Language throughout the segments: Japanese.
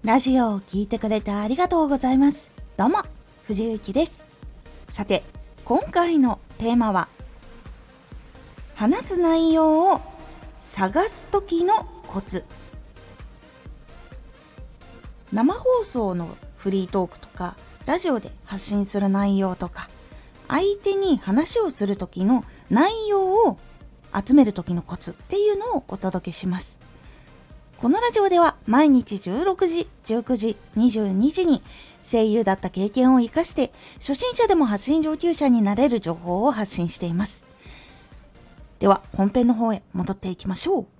ラジオを聞いてくれてありがとうございます。どうも、藤幸です。さて、今回のテーマは、話す内容を探す時のコツ。生放送のフリートークとか、ラジオで発信する内容とか、相手に話をする時の内容を集める時のコツっていうのをお届けします。このラジオでは毎日16時、19時、22時に声優だった経験を生かして初心者でも発信上級者になれる情報を発信しています。では本編の方へ戻っていきましょう。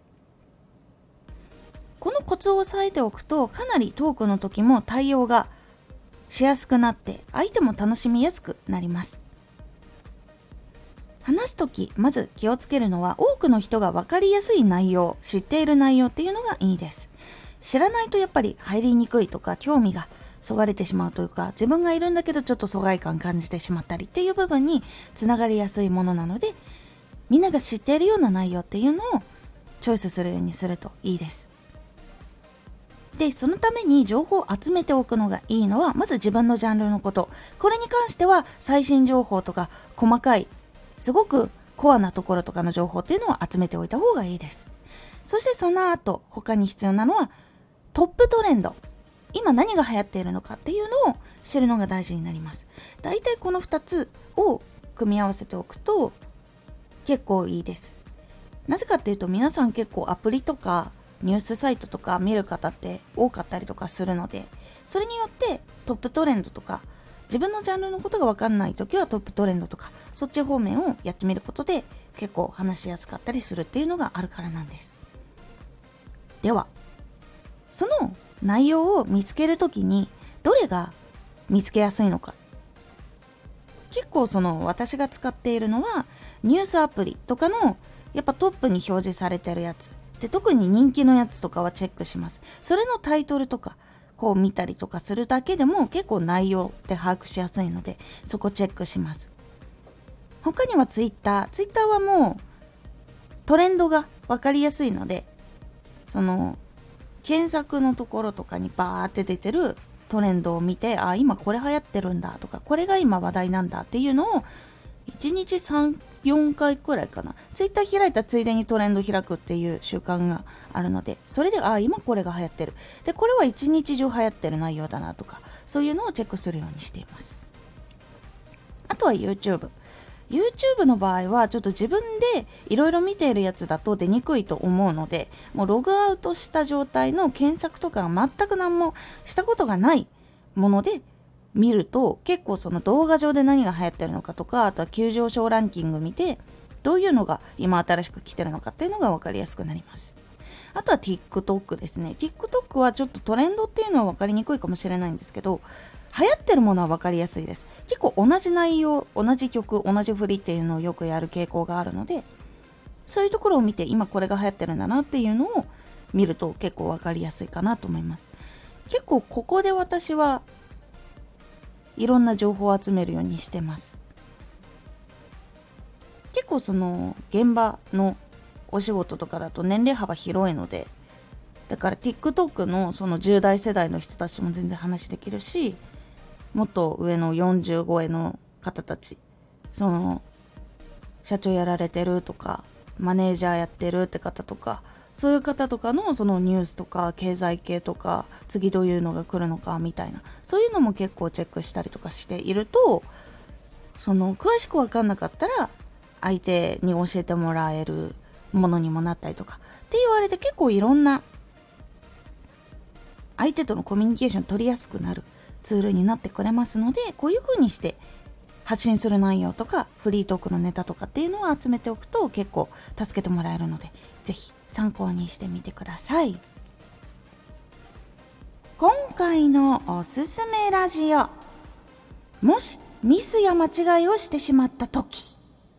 このコツを押さえておくとかなりトークの時も対応がしやすくなって相手も楽しみやすくなります。話すとき、まず気をつけるのは多くの人が分かりやすい内容、知っている内容っていうのがいいです。知らないとやっぱり入りにくいとか興味がそがれてしまうというか、自分がいるんだけどちょっと疎外感感じてしまったりっていう部分につながりやすいものなので、みんなが知っているような内容っていうのをチョイスするようにするといいです。で、そのために情報を集めておくのがいいのは、まず自分のジャンルのこと。これに関しては最新情報とか細かいすごくコアなところとかの情報っていうのを集めておいた方がいいです。そしてその後、他に必要なのはトップトレンド。今何が流行っているのかっていうのを知るのが大事になります。だいたいこの2つを組み合わせておくと結構いいです。なぜかっていうと、皆さん結構アプリとかニュースサイトとか見る方って多かったりとかするので、それによってトップトレンドとか自分のジャンルのことが分かんないときはトップトレンドとかそっち方面をやってみることで結構話しやすかったりするっていうのがあるからなんです。では、その内容を見つけるときにどれが見つけやすいのか。結構私が使っているのはニュースアプリとかのやっぱトップに表示されてるやつで、特に人気のやつとかはチェックします。それのタイトルとかこう見たりとかするだけでも結構内容って把握しやすいので、そこチェックします。他にはツイッターはもうトレンドが分かりやすいので、検索のところとかにバーって出てるトレンドを見て、今これ流行ってるんだとか、これが今話題なんだっていうのを1日3、4回くらいかな、ツイッター開いたついでにトレンド開くっていう習慣があるので、それで今これが流行ってる、でこれは一日中流行ってる内容だなとか、そういうのをチェックするようにしています。あとは YouTube の場合はちょっと自分でいろいろ見ているやつだと出にくいと思うので、もうログアウトした状態の検索とかが全く何もしたことがないもので見ると、結構その動画上で何が流行ってるのかとか、あとは急上昇ランキング見てどういうのが今新しく来てるのかっていうのが分かりやすくなります。あとは TikTok ですね。 TikTok はちょっとトレンドっていうのは分かりにくいかもしれないんですけど、流行ってるものは分かりやすいです。結構同じ内容、同じ曲、同じ振りっていうのをよくやる傾向があるので、そういうところを見て今これが流行ってるんだなっていうのを見ると結構分かりやすいかなと思います。結構ここで私はいろんな情報を集めるようにしてます。結構現場のお仕事とかだと年齢幅広いので、だから TikTok の10代世代の人たちも全然話できるし、もっと上の40超えの方たち、社長やられてるとかマネージャーやってるって方とか、そういう方とかのニュースとか経済系とか、次どういうのが来るのかみたいな、そういうのも結構チェックしたりとかしていると、詳しく分かんなかったら相手に教えてもらえるものにもなったりとかって言われて、結構いろんな相手とのコミュニケーション取りやすくなるツールになってくれますので、こういう風にして発信する内容とかフリートークのネタとかっていうのを集めておくと結構助けてもらえるので、ぜひ参考にしてみてください。今回のおすすめラジオ、もしミスや間違いをしてしまった時。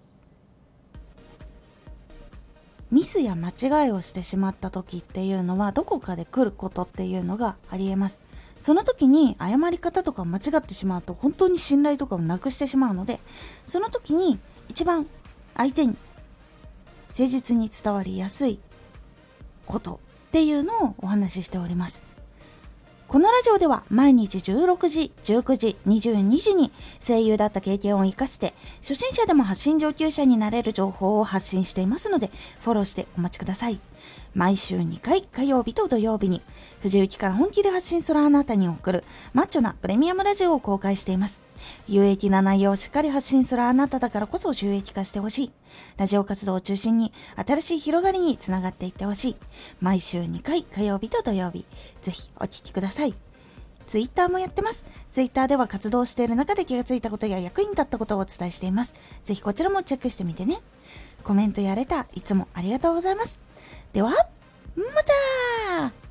ミスや間違いをしてしまった時っていうのはどこかで来ることっていうのがありえます。その時に謝り方とか間違ってしまうと本当に信頼とかをなくしてしまうので、その時に一番相手に誠実に伝わりやすいことっていうのをお話ししております。 このラジオでは毎日16時、19時、22時に声優だった経験を活かして初心者でも発信上級者になれる情報を発信していますのでフォローしてお待ちください。毎週2回火曜日と土曜日に藤雪から本気で発信するあなたに送るマッチョなプレミアムラジオを公開しています。有益な内容をしっかり発信するあなただからこそ収益化してほしい。ラジオ活動を中心に新しい広がりにつながっていってほしい。毎週2回火曜日と土曜日、ぜひお聞きください。ツイッターもやってます。ツイッターでは活動している中で気がついたことや役に立ったことをお伝えしています。ぜひこちらもチェックしてみてね。コメントやレターいつもありがとうございます。では、また